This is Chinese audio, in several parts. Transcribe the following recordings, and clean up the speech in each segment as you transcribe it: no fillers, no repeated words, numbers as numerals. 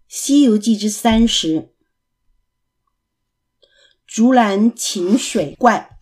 西游记之30，竹篮请水怪。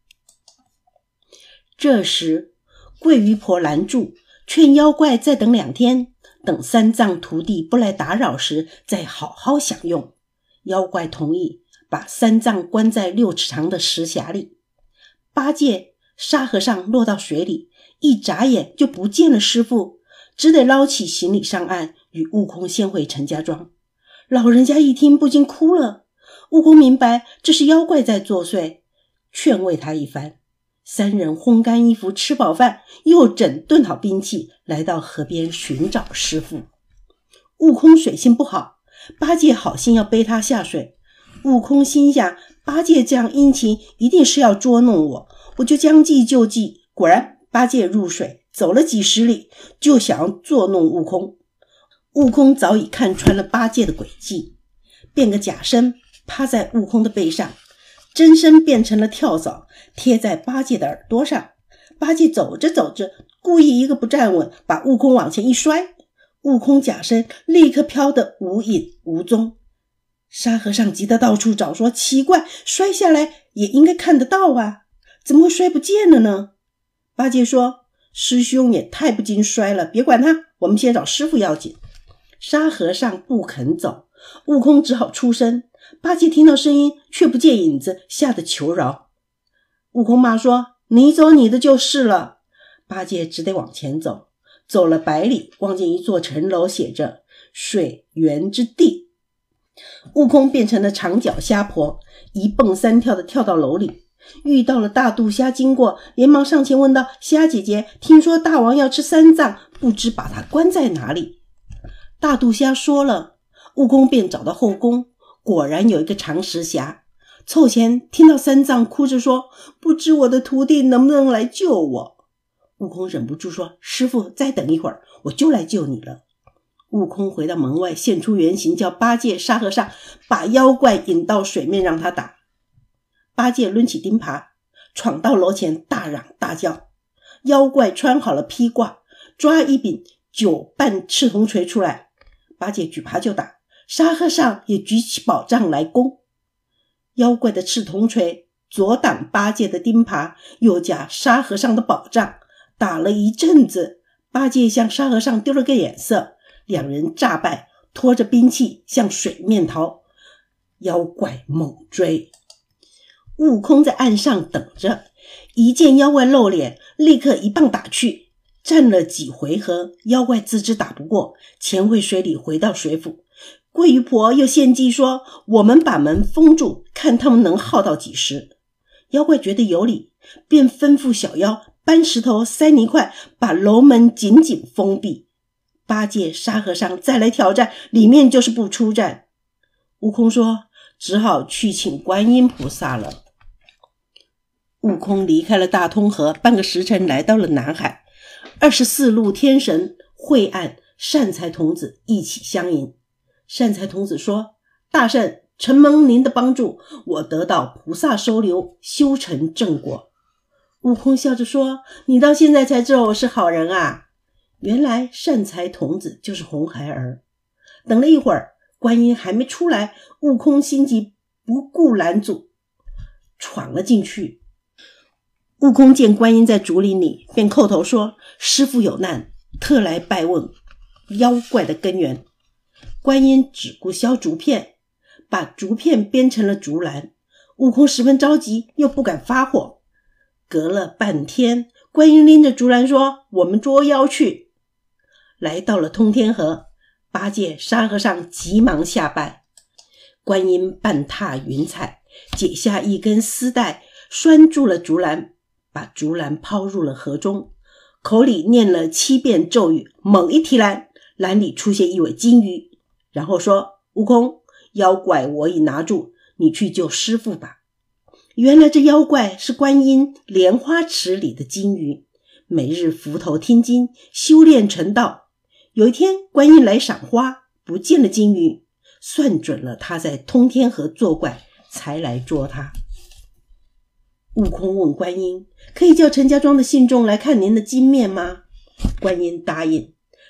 这时桂鱼婆拦住，劝妖怪再等2天，等三藏徒弟不来打扰时再好好享用。妖怪同意，把三藏关在6尺长的石匣里。八戒、沙和尚落到水里，一眨眼就不见了师父，只得捞起行李上岸，与悟空先回陈家庄。老人家一听不禁哭了。悟空明白这是妖怪在作祟，劝慰他一番。3人烘干衣服，吃饱饭，又整顿好兵器，来到河边寻找师父。悟空水性不好，八戒好心要背他下水。悟空心想，八戒这样殷勤，一定是要捉弄我，我就将计就计。果然，八戒入水，走了几十里，就想要捉弄悟空。悟空早已看穿了八戒的诡计，变个假身，趴在悟空的背上，真身变成了跳蚤，贴在八戒的耳朵上。八戒走着走着，故意一个不站稳，把悟空往前一摔，悟空假身立刻飘得无影无踪。沙和尚急得到处找，说奇怪，摔下来也应该看得到啊，怎么会摔不见了呢？八戒说，师兄也太不经摔了，别管他，我们先找师父要紧。沙和尚不肯走，悟空只好出声。八戒听到声音却不见影子，吓得求饶。悟空骂说，你走你的就是了。八戒只得往前走，走了100里，望见一座城楼，写着水源之地。悟空变成了长脚虾婆，一蹦3跳的跳到楼里，遇到了大肚虾经过，连忙上前问道，虾姐姐，听说大王要吃3藏，不知把他关在哪里？大肚虾说了，悟空便找到后宫，果然有一个长石匣。凑前听到3藏哭着说，不知我的徒弟能不能来救我。悟空忍不住说，师父再等一会儿，我就来救你了。悟空回到门外，现出原形，叫八戒、沙和尚把妖怪引到水面让他打。八戒抡起钉耙，闯到楼前，大嚷大叫。妖怪穿好了披挂，抓一柄9瓣赤铜锤出来，八戒举耙就打，沙和尚也举起宝杖来攻。妖怪的赤铜锤左挡八戒的钉耙，右夹沙和尚的宝杖，打了一阵子，八戒向沙和尚丢了个眼色，2人诈败，拖着兵器向水面逃。妖怪猛追，悟空在岸上等着，一见妖怪露脸，立刻一棒打去。战了几回合，妖怪自知打不过，潜回水里，回到水府。桂鱼婆又献计说，我们把门封住，看他们能耗到几时。妖怪觉得有理，便吩咐小妖搬石头塞泥块，把楼门紧紧封闭。八戒、沙和尚再来挑战，里面就是不出战。悟空说，只好去请观音菩萨了。悟空离开了大通河，半个时辰来到了南海。24路天神惠岸、善财童子一起相迎。善财童子说，大圣，承蒙您的帮助，我得到菩萨收留，修成正果。悟空笑着说，你到现在才知道我是好人啊。原来善财童子就是红孩儿。等了一会儿，观音还没出来，悟空心急不顾拦阻，闯了进去。悟空见观音在竹林里，便叩头说，师父有难，特来拜问妖怪的根源。观音只顾削竹片，把竹片编成了竹篮。悟空十分着急，又不敢发火。隔了半天，观音拎着竹篮说，我们捉妖去。来到了通天河，八戒、沙和尚急忙下拜。观音半踏云彩，解下一根丝带，拴住了竹篮，把竹篮抛入了河中，口里念了7遍咒语，猛一提篮，篮里出现一尾金鱼，然后说，悟空，妖怪我已拿住，你去救师父吧。原来这妖怪是观音莲花池里的金鱼，每日伏头听经，修炼成道。有一天观音来赏花，不见了金鱼，算准了他在通天河作怪，才来捉他。悟空问观音，可以叫陈家庄的信众来看您的金面吗？观音答应。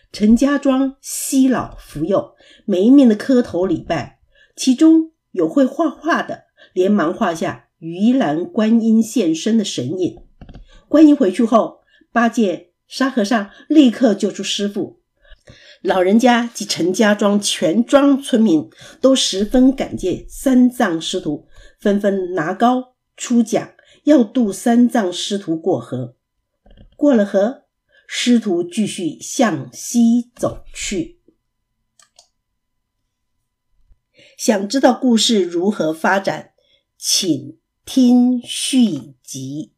陈家庄西老福幼，每一面的磕头礼拜，其中有会画画的，连忙画下鱼篮观音现身的神印。观音回去后，八戒、沙和尚立刻救出师父。老人家及陈家庄全庄村民都十分感谢三藏师徒，纷纷拿篙出桨，要渡三藏师徒过河。过了河，师徒继续向西走去。想知道故事如何发展，请听续集。